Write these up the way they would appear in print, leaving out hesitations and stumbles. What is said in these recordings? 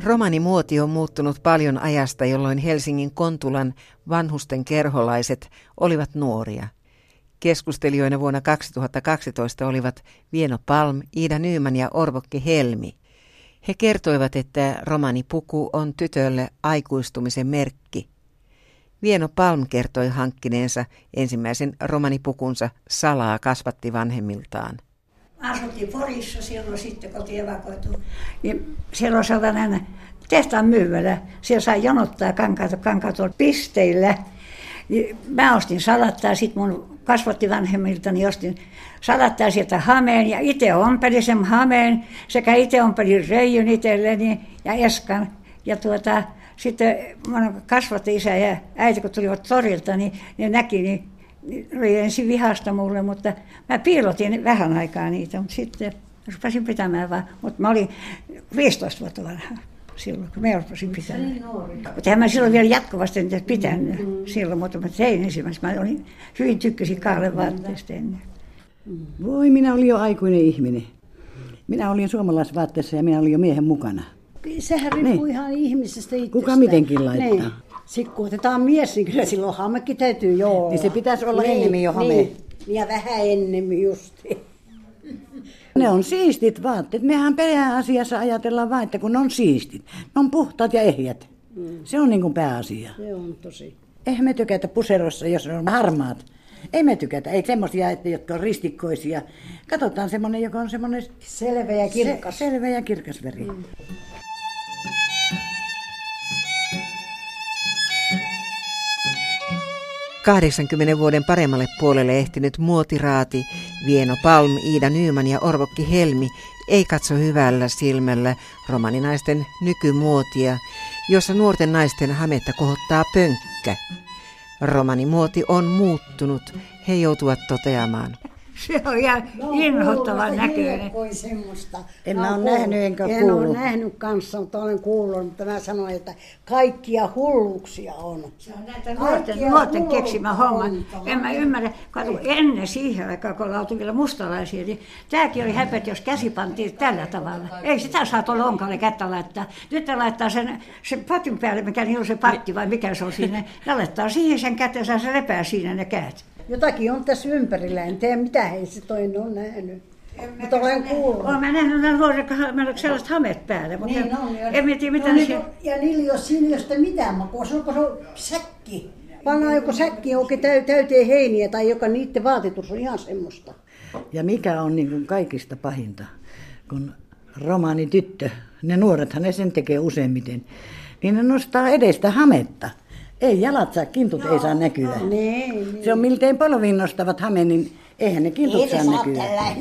Romanimuoti on muuttunut paljon ajasta, jolloin Helsingin Kontulan vanhusten kerholaiset olivat nuoria. Keskustelijoina vuonna 2012 olivat Vieno Palm, Iida Nyman ja Orvokki Helmi. He kertoivat, että romanipuku on tytölle aikuistumisen merkki. Vieno Palm kertoi hankkineensa ensimmäisen romanipukunsa salaa kasvatti vanhemmiltaan. Asuttiin Porissa silloin sitten, kun oltiin evakuoitu. Niin siellä on sellainen tehtaan myyvälä. Siellä sai jonottaa kankaat pisteillä. Niin mä ostin salattaa, sitten mun kasvattivanhemmiltani ostin salattaa sieltä hameen. Ja itse ompelin sen hameen sekä itse ompelin röijyn itselleni ja eskan. Ja sitten mun kasvatti-isä ja äiti, kun tulivat torilta, niin ne näki, niin oli ensin vihasta mulle, mutta mä piilotin vähän aikaa niitä, mutta sitten rupesin pitämään vaan. Mutta mä olin 15 vuotta vanha silloin, kun mä rupesin pitämään. Mutta en mä silloin vielä jatkuvasti niitä pitänyt silloin, mutta mä tein ensimmäisenä. Mä olin hyvin tykkäsin Kaarlen vaatteesta ennen. Voi, minä olin jo aikuinen ihminen. Minä olin suomalaisvaatteessa ja minä olin jo miehen mukana. Sehän riippuu ihan ihmisestä itsestä. Kuka mitenkin laittaa. Niin. Sitten kun otetaan mies, niin kyllä silloin hamekin täytyy jo olla. Niin se pitäisi olla ennemmin jo hame. Niin. Ja vähän ennemmin justiin. Ne on siistit vaatteet. Mehän pääasiassa ajatellaan vain, että kun ne on siistit. Ne on puhtaat ja ehjät. Se on niin kuin pääasia. Se on tosi. Eihän me tykätä puserossa, jos on harmaat. Ei me tykätä. Ei semmoisia, jotka on ristikkoisia. Katsotaan semmoinen, joka on semmoinen selvä ja kirkas. Selvä ja kirkas veri. 80 vuoden paremmalle puolelle ehtinyt muotiraati Vieno Palm, Iida Nyman ja Orvokki Helmi ei katso hyvällä silmällä romaninaisten nykymuotia, jossa nuorten naisten hametta kohottaa pönkkä. Romanimuoti on muuttunut, he joutuvat toteamaan. Se on ihan inhottavan näköinen. En mä ole nähnyt enkä kuullut. En ole nähnyt kanssa, mutta olen kuullut, mutta mä sanoin, että kaikkia hulluuksia on. Se on näitä nuorten keksimä homma. En mä ymmärrä, katso ennen siihen aikaan, kun oltiin vielä mustalaisia, niin tämäkin oli häpet, jos käsi pantiin tällä tavalla. Ei sitä saa tuolla onkalle kättä laittaa. Nyt ne laittaa sen patin päälle, mikä niillä on se patti vai mikä se on siinä. Ne laittaa siihen sen kätensä ja se repää siinä ne käät. Jotakin on tässä ympärillä, en tiedä mitä he se toinen on nähnyt. Mutta olen kuullut. Olen mä nähnyt nämä nuoret, meillä on sellaiset hamet päälle, mutta niin on, en tiedä mitä no, siellä. Ja niillä ei ole siinä josta mitään makua, se on säkki. Pannaan joku säkki oikein täyteen heiniä tai joka niiden vaatetus on ihan semmoista. Ja mikä on niin kuin kaikista pahinta, kun romaanityttö, ne nuorethan ne sen tekee useimmiten, niin ne nostaa edestä hametta. Ei jalat saa, kintut ei saa näkyä. Niin. Se on miltei polviin nostavat hame, niin eihän ne kintut saa näkyä.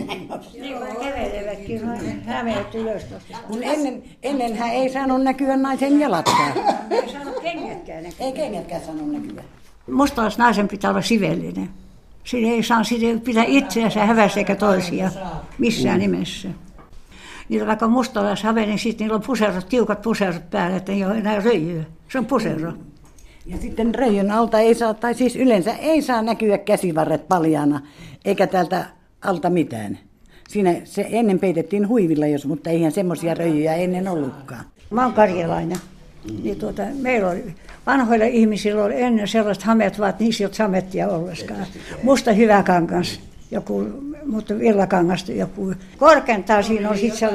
Niin kuin kävelevätkin, hämeet ylös tuosta. Ennenhän ei saanut näkyä naisen jalatkaan. Ei saanut kengätkään näkyä. Ei kengätkään saanut näkyä. Mustalaisnaisen pitää olla sivellinen. Siinä ei saa pitää itseänsä hävästä eikä toisia missään nimessä. Niillä vaikka mustalaishave, niin sitten niillä on puserot, tiukat puserot päällä, että ei ole enää röijyä. Se on pusero. Ja sitten röijyn alta ei saa, tai siis yleensä ei saa näkyä käsivarret paljaana, eikä täältä alta mitään. Siinä se ennen peitettiin huivilla, mutta eihän semmoisia röijyjä ennen ollutkaan. Mä oon karjalainen. Niin meillä oli, vanhoilla ihmisillä oli ennen sellaiset hameet, vaan niissä ei ole samettia ollenkaan. Musta hyvä kangas, joku, mutta villakangasta joku. Korkeintaan siinä on sitten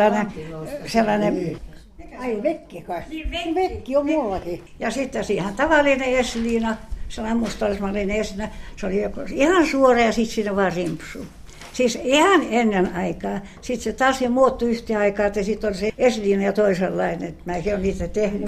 sellainen Ai vekki kai. Vekki on mullakin. Ja sitten siihen tavallinen esliina, sellainen mustalaismallinen esliina, se oli ihan suora ja sitten siinä vaan rimpsu. Siis ihan ennen aikaa. Sitten se taas muuttui yhtä aikaa, että sitten oli se esliina ja toisenlainen. Mäkin olen niitä tehnyt.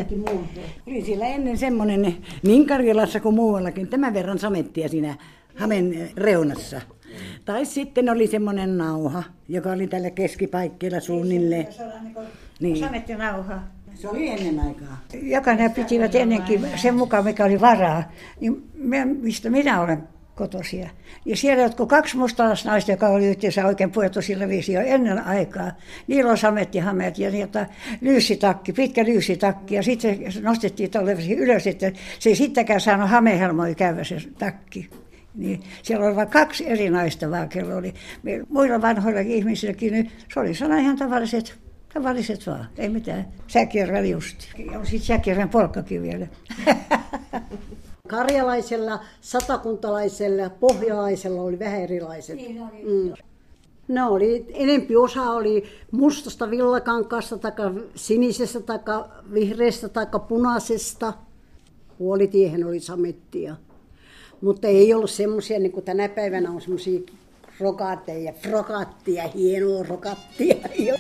Oli siellä ennen semmoinen, niin Karjalassa kuin muuallakin, tämän verran samettia siinä hamen reunassa. Tai sitten oli semmoinen nauha, joka oli tällä keskipaikkeilla suunnilleen. Niin. Samettinauha. Se oli ennen aikaa. Jokainen pitivät ennenkin sen mukaan, mikä oli varaa. Niin mistä minä olen kotoisia. Ja siellä jotkut 2 mustalaisnaista, joka oli yhteensä oikein puettu sillä viisi jo ennen aikaa. Niillä on samettihameet ja niitä lyyssitakki, pitkä lyyssitakki. Ja sitten se nostettiin tuolle ylös, että se ei sittenkään saanut hamehelmoja käydä se takki. Niin siellä oli vain 2 eri naista vaan, kello oli. Muilla vanhoilla ihmisilläkin, niin se oli sellainen ihan tavalliset Tavalliset vaan, ei mitään. Säkijärvellä justi. Ja sitten Säkijärven polkkakin vielä. Karjalaisella, satakuntalaisella, pohjalaisella oli vähän erilaiset. Niin oli. No oli, enempi osa oli mustasta villakankaasta, tai sinisestä, tai vihreästä, tai punaisesta. Puolitiehen oli samettia. Mutta ei ollut semmoisia, niin kuin tänä päivänä on semmoisia rokaatteja, frokattia, hienoa rokattia.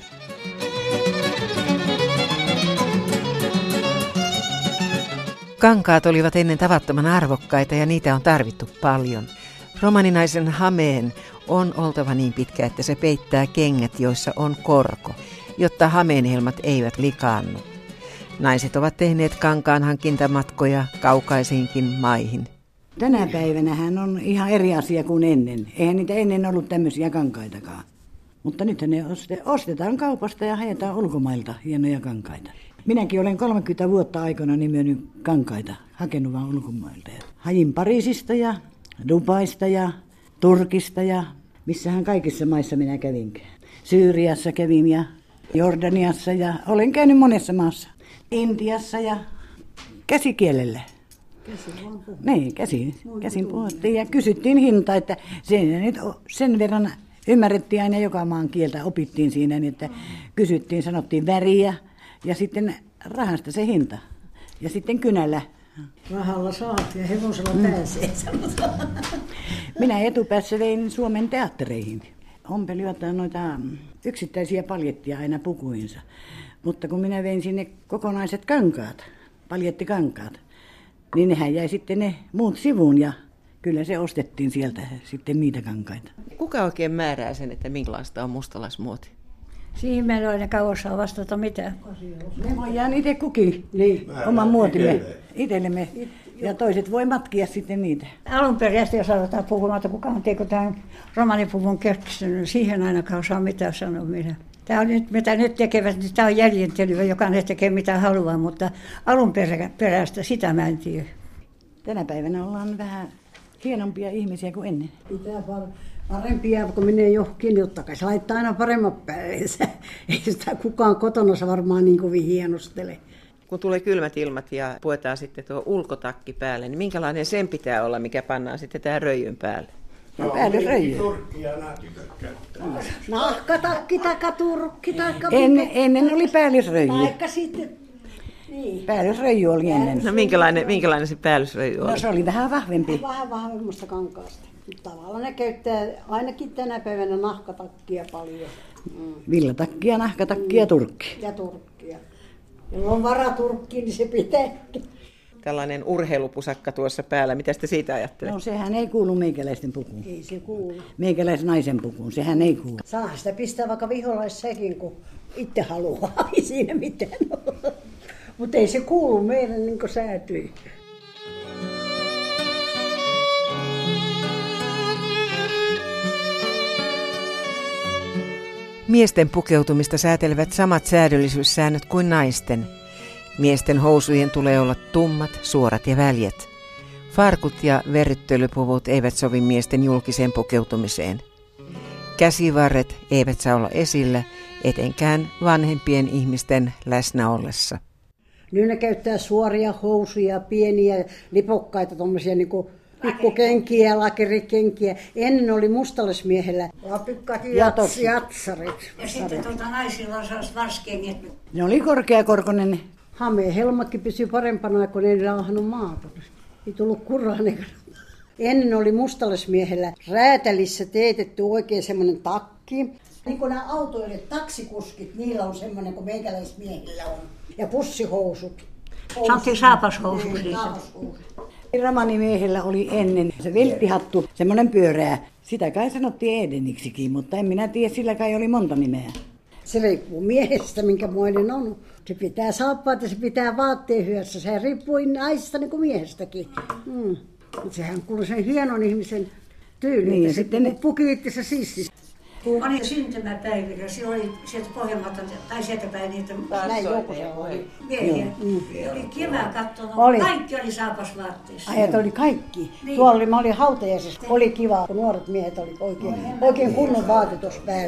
Kankaat olivat ennen tavattoman arvokkaita ja niitä on tarvittu paljon. Romaninaisen hameen on oltava niin pitkä, että se peittää kengät, joissa on korko, jotta hameenhelmat eivät likaannu. Naiset ovat tehneet kankaan hankintamatkoja kaukaisiinkin maihin. Tänä päivänähän on ihan eri asia kuin ennen. Eihän niitä ennen ollut tämmöisiä kankaitakaan. Mutta nyt ne ostetaan kaupasta ja haetaan ulkomailta hienoja kankaita. Minäkin olen 30 vuotta aikana myynyt kankaita, hakenut vaan ulkomailta. Hajin Pariisista ja Dubaista ja Turkista ja missähän kaikissa maissa minä kävinkään. Syyriassa kävin ja Jordaniassa ja olen käynyt monessa maassa. Intiassa ja käsikielellä. Niin, käsin puhuttiin ja kysyttiin hintaa, että sen verran ymmärrettiin aina joka maan kieltä, opittiin siinä, niin että kysyttiin, sanottiin väriä ja sitten rahasta se hinta ja sitten kynällä. Rahalla saat ja hevosella pääsee, sanotaan. Minä etupäässä vein Suomen teattereihin. Ompelivat noita yksittäisiä paljettia aina pukuinsa, mutta kun minä vein sinne kokonaiset kankaat, paljettikankaat, niin nehän jäi sitten ne muut sivuun ja kyllä se ostettiin sieltä sitten niitä kankaita. Kuka oikein määrää sen, että minkälaista on mustalaismuoti? Siihen meillä ei kauan osaa vastata mitään. Me voidaan itse kukin oman muotimme itsellemme ja toiset voi matkia sitten niitä. Alun perin, jos aletaan puhumaan, että kukaan teikö tämän romanipuvun keksinyt, siihen ainakaan osaa mitään sanoa minä. Tämä on nyt, mitä nyt tekevät, niin tämä on jäljentelyä, jokainen tekee mitä haluaa, mutta alunperäistä sitä mä en tiedä. Tänä päivänä ollaan vähän hienompia ihmisiä kuin ennen. Pitää parempia, kun menee johonkin, niin ottakaa. Se laittaa aina paremmat päälle. Ei sitä kukaan kotona varmaan niin kovin hienostele. Kun tulee kylmät ilmat ja puetaan sitten tuo ulkotakki päälle, niin minkälainen sen pitää olla, mikä pannaan sitten tähän röijyn päälle? No päälle röijy. Nahkatakki, turkki, Ennen oli päällysröijy. Taikka sitten, niin. Päällysröijy oli ennen. No minkälainen se päällysröijy oli? No se oli vähän vahvempi. Vähän vahvemmasta kankaasta. Tavallaan ne käyttää ainakin tänä päivänä nahkatakkia paljon. Villatakkia, nahkatakkia, turkki. Ja turkkia. Jolla on varaturkki, niin se pitää. Tällainen urheilupusakka tuossa päällä. Mitä te siitä ajattelee? No sehän ei kuulu meikäläisten pukuun. Ei se kuulu. Meikäläisnaisen pukuun, sehän ei kuulu. Saa sitä pistää vaikka viholaissäkin, kun itse haluaa. Ei siinä mitään ole. Mutta ei se kuulu meidän niin kuin säätyi. Miesten pukeutumista säätelevät samat säädöllisyyssäännöt kuin naisten. Miesten housujen tulee olla tummat, suorat ja väljät. Farkut ja verryttelypuvut eivät sovi miesten julkiseen pukeutumiseen. Käsivarret eivät saa olla esillä, etenkään vanhempien ihmisten läsnä ollessa. Nyt ne käyttää suoria housuja, pieniä lipokkaita, tuommoisia niin kuin pikkukenkiä, lakerikenkiä. Ennen oli mustalaismiehellä lapikkat ja jatsarit. Ja sitten naisilla on sellaiset varskengit. Ne oli korkeakorkoinen. Hameen helmakin pysyi parempana, kun ei laahannut maata. Ei tullut kuraan. Ennen oli mustalaismiehellä räätälissä teetetty oikein semmoinen takki. Niin kuin nämä autoilijat, taksikuskit, niillä on semmoinen kuin meikäläismiehillä on. Ja pussihousut. Sanottiin saapashousut. Romanimiehellä oli ennen se vilttihattu, semmoinen pyöreä. Sitä kai sanottiin Edeniksikin, mutta en minä tiedä, sillä kai oli monta nimeä. Se riippuu miehestä, minkä muoinen on. Se pitää saappaat ja se pitää vaatteen hyössä. Se riippuu naisesta niin kuin miehestäkin. Sehän kuului sen hienon ihmisen tyyliin. Niin, se sitten puki se siisti. Oli syntymäpäivillä, se oli sieltä Pohjanmaalta, tai sieltä päin niitä miehiä. Oli kivää katsoa, kaikki oli saapasvaatteissa. Ajat oli kaikki. Niin. Tuolla mä olin hautajaisessa, oli kiva, kun nuoret miehet oli oikein kunnon vaatetus päällä.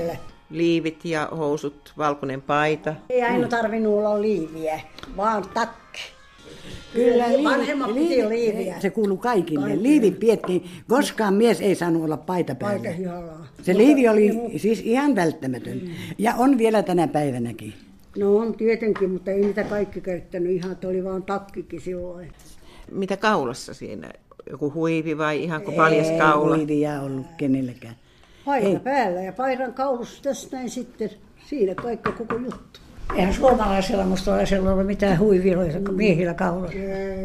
liivit ja housut, valkoinen paita. Ei aina tarvinnut olla liiviä, vaan takki. Kyllä, Vanhemmat piti liiviä. Se kuuluu kaikille. Liivi piettiin. Koskaan mies ei saanut olla paita päällä. Paitahihalaa. Se liivi oli siis ihan välttämätön. Ja on vielä tänä päivänäkin. No on tietenkin, mutta ei niitä kaikki käyttänyt ihan, että oli vaan takkikin silloin. Mitä kaulassa siinä? Joku huivi vai ihan kuin paljas kaula? Ei huivia ollut kenellekään. Paita päällä ja paidan kaulussa tästä näin sitten. Siinä kaikki koko juttu. Eihän suomalaisilla mustalaisilla ole mitään huiviloita kuin miehillä kaulassa.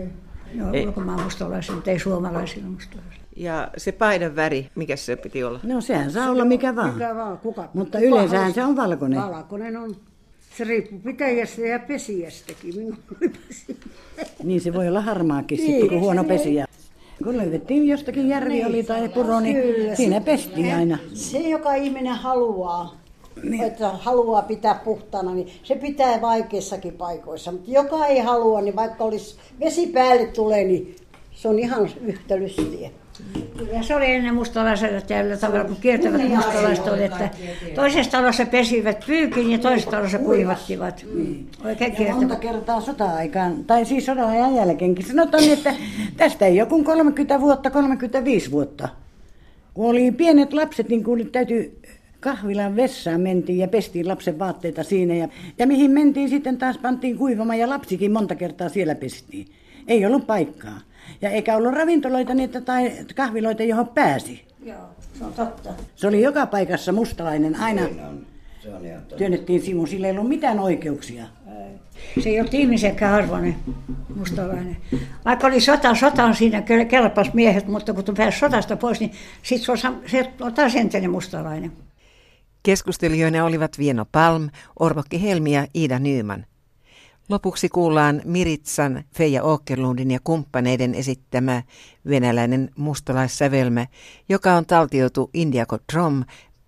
No, ulkomaan mustalaisilla, mutta ei suomalaisilla mustalaisilla. Ja se paidan väri, mikä se piti olla? No sehän saa olla mikä vaan. Mikä vaan, Mutta yleensähän se on valkoinen. Valkoinen on. Se riippuu pitäjästä ja pesijästäkin. Minulla oli pesijä. Niin se voi olla harmaakin sitten, kun huono pesijä. Kun löydettiin jostakin järvi oli tai puro, niin Kyllä, siinä pestiin aina. Se, joka ihminen haluaa, että haluaa pitää puhtaana, niin se pitää vaikeissakin paikoissa. Mutta joka ei halua, niin vaikka olisi vesi päälle tulee, niin se on ihan yhtä lystiä. Ja se oli ennen mustalaisilla tällä tavalla, kun kiertävät mustalaiset oli, että toisessa talossa pesivät pyykin ja toisessa talossa kuivattivat. Oikein Ja monta kiertävät. kertaa sota-aikaan, tai siis sodan jälkeenkin, sanotaan, että tästä ei joku 30 vuotta, 35 vuotta. Kun oli pienet lapset, niin kun täytyy kahvilan vessaan mentiin ja pestiin lapsen vaatteita siinä. Ja mihin mentiin sitten taas pantiin kuivamaan ja lapsikin monta kertaa siellä pestiin. Ei ollut paikkaa. Ja eikä ollut ravintoloita niitä tai kahviloita, johon pääsi. Joo, se on totta. Se oli joka paikassa mustalainen aina. Työnnettiin sivuun, sillä ei ollut mitään oikeuksia. Se ei ollut ihmisenkään arvoinen mustalainen. Vaikka oli sotaan siinä kelpas miehet, mutta kun pääsi sotasta pois, niin sitten se on taas entinen mustalainen. Keskustelijoina olivat Vieno Palm, Orvokki Helmi ja Ida Nyman. Lopuksi kuullaan Miritsan, Feija Åkerlundin ja kumppaneiden esittämä venäläinen mustalaissävelmä, joka on taltioitu Indiako Drom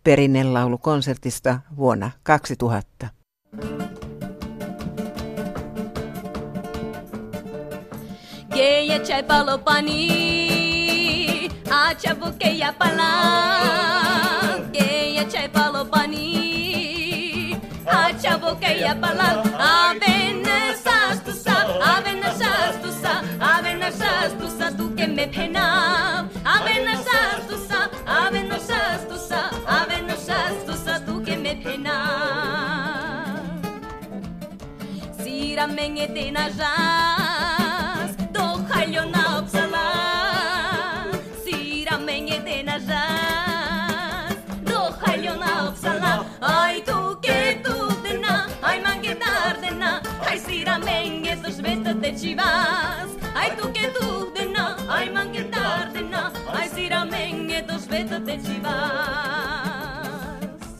perinnelaulukonsertista vuonna 2000. Geya chai palo pani, acha bukeya pala. Geya chai palo pani, acha bukeya pala. Avena sastusa, tu que me pena. Avena sastusa, tu que me pena. Sira mengete na jazz, do halyo na opsala. Sira mengete na jazz, do halyo na opsala. Ai tu que tu dena, ai mange dardena, ai sira menge tos veta te chivas. Ai tu que tu dena, ai mange dardena, ai sira menge tos veta te chivas.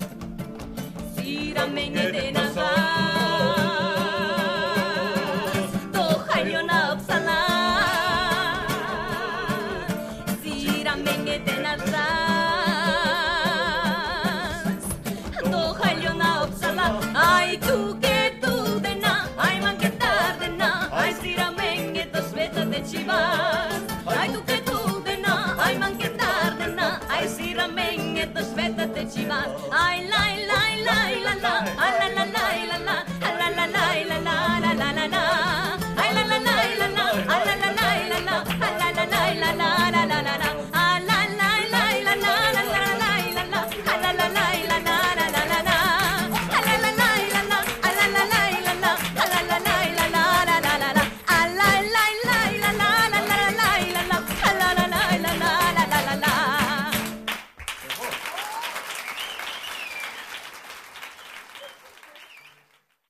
Sira mengete na jazz. Ai tu que tu dena, ai man que tardena, ai sira menge tos veta te chivas. Ai tu que tu dena, ai man que tardena, ai sira menge tos veta te chivas. Ai la la la la la.